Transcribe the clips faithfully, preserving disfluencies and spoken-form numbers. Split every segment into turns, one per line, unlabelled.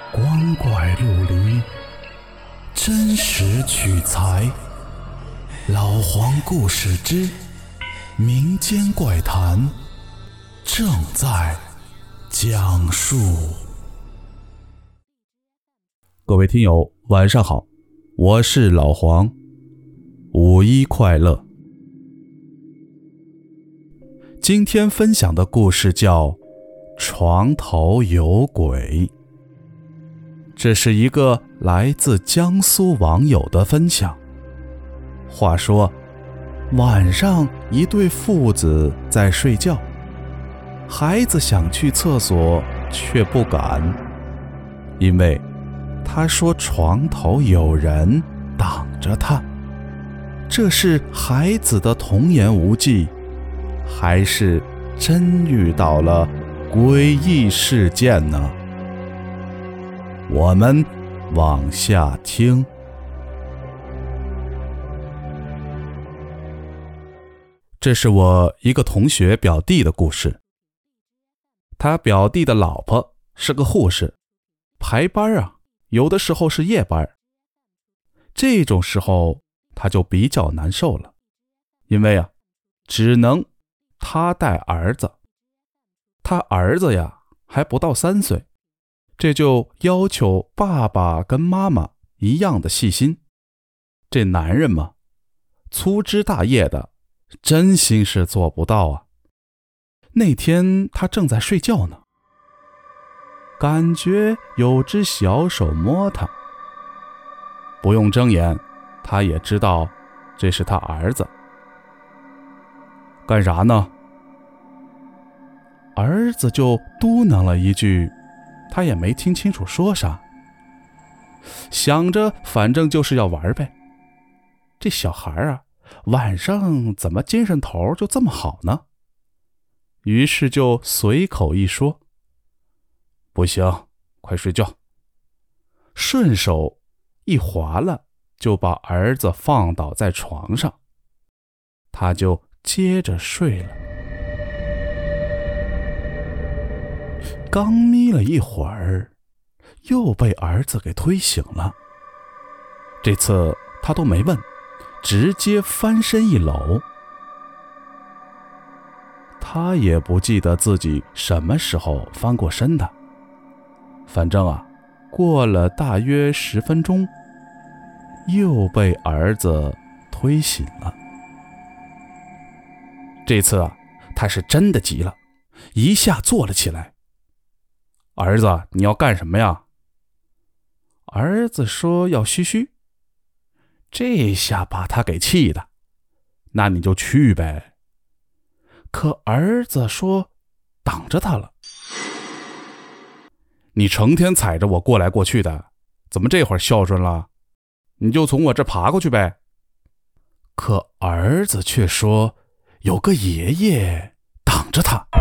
光怪陆离，真实取材。老黄故事之民间怪谈正在讲述。各位听友晚上好，我是老黄，五一快乐。今天分享的故事叫床头有鬼。这是一个来自江苏网友的分享。话说晚上一对父子在睡觉，孩子想去厕所却不敢，因为他说床头有人挡着他。这是孩子的童言无忌，还是真遇到了诡异事件呢？我们往下听。这是我一个同学表弟的故事。他表弟的老婆是个护士，排班啊，有的时候是夜班。这种时候他就比较难受了，因为啊，只能他带儿子。他儿子呀还不到三岁，这就要求爸爸跟妈妈一样的细心。这男人嘛，粗枝大叶的，真心是做不到啊。那天他正在睡觉呢，感觉有只小手摸他，不用睁眼，他也知道这是他儿子。干啥呢？儿子就嘟囔了一句，他也没听清楚说啥，想着反正就是要玩呗。这小孩啊，晚上怎么精神头就这么好呢？于是就随口一说，不行，快睡觉。顺手一划了，就把儿子放倒在床上，他就接着睡了。刚眯了一会儿，又被儿子给推醒了。这次他都没问，直接翻身一搂。他也不记得自己什么时候翻过身的，反正啊，过了大约十分钟，又被儿子推醒了。这次啊，他是真的急了，一下坐了起来。儿子，你要干什么呀？儿子说要嘘嘘。这下把他给气的，那你就去呗。可儿子说挡着他了。你成天踩着我过来过去的，怎么这会儿孝顺了？你就从我这爬过去呗。可儿子却说有个爷爷挡着他。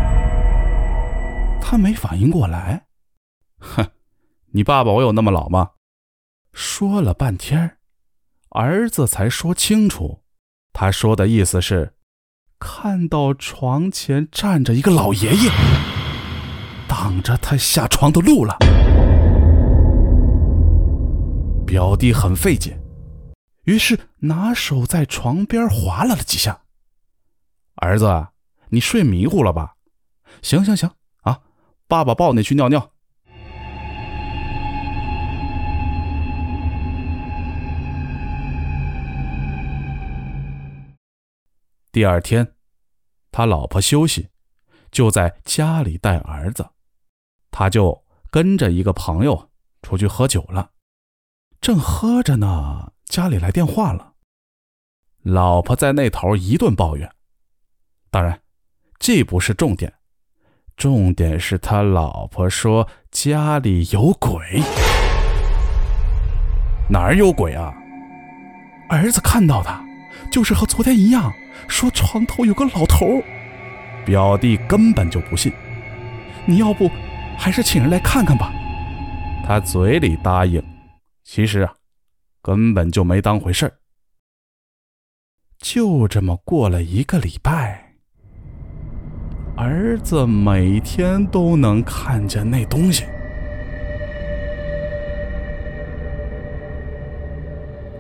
他没反应过来。哼，你爸爸我有那么老吗？说了半天，儿子才说清楚，他说的意思是，看到床前站着一个老爷爷，挡着他下床的路了。表弟很费解，于是拿手在床边划拉了几下。儿子，你睡迷糊了吧？行行行啊，爸爸抱你去尿尿。第二天，他老婆休息，就在家里带儿子，他就跟着一个朋友出去喝酒了。正喝着呢，家里来电话了，老婆在那头一顿抱怨。当然，这不是重点，重点是他老婆说家里有鬼。哪儿有鬼啊？儿子看到的就是和昨天一样，说床头有个老头。表弟根本就不信，你要不还是请人来看看吧。他嘴里答应，其实啊，根本就没当回事儿。就这么过了一个礼拜，儿子每天都能看见那东西。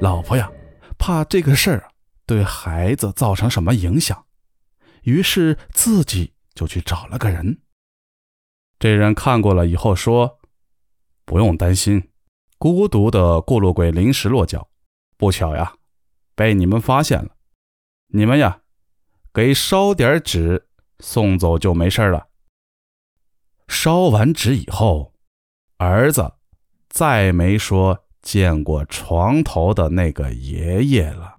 老婆呀，怕这个事儿对孩子造成什么影响，于是自己就去找了个人。这人看过了以后说，不用担心，孤独的过路鬼临时落脚，不巧呀，被你们发现了。你们呀，给烧点纸送走就没事了。烧完纸以后，儿子再没说见过床头的那个爷爷了。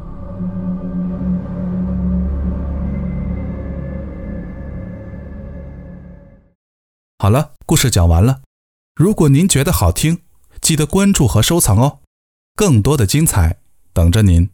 好了，故事讲完了。如果您觉得好听，记得关注和收藏哦，更多的精彩等着您。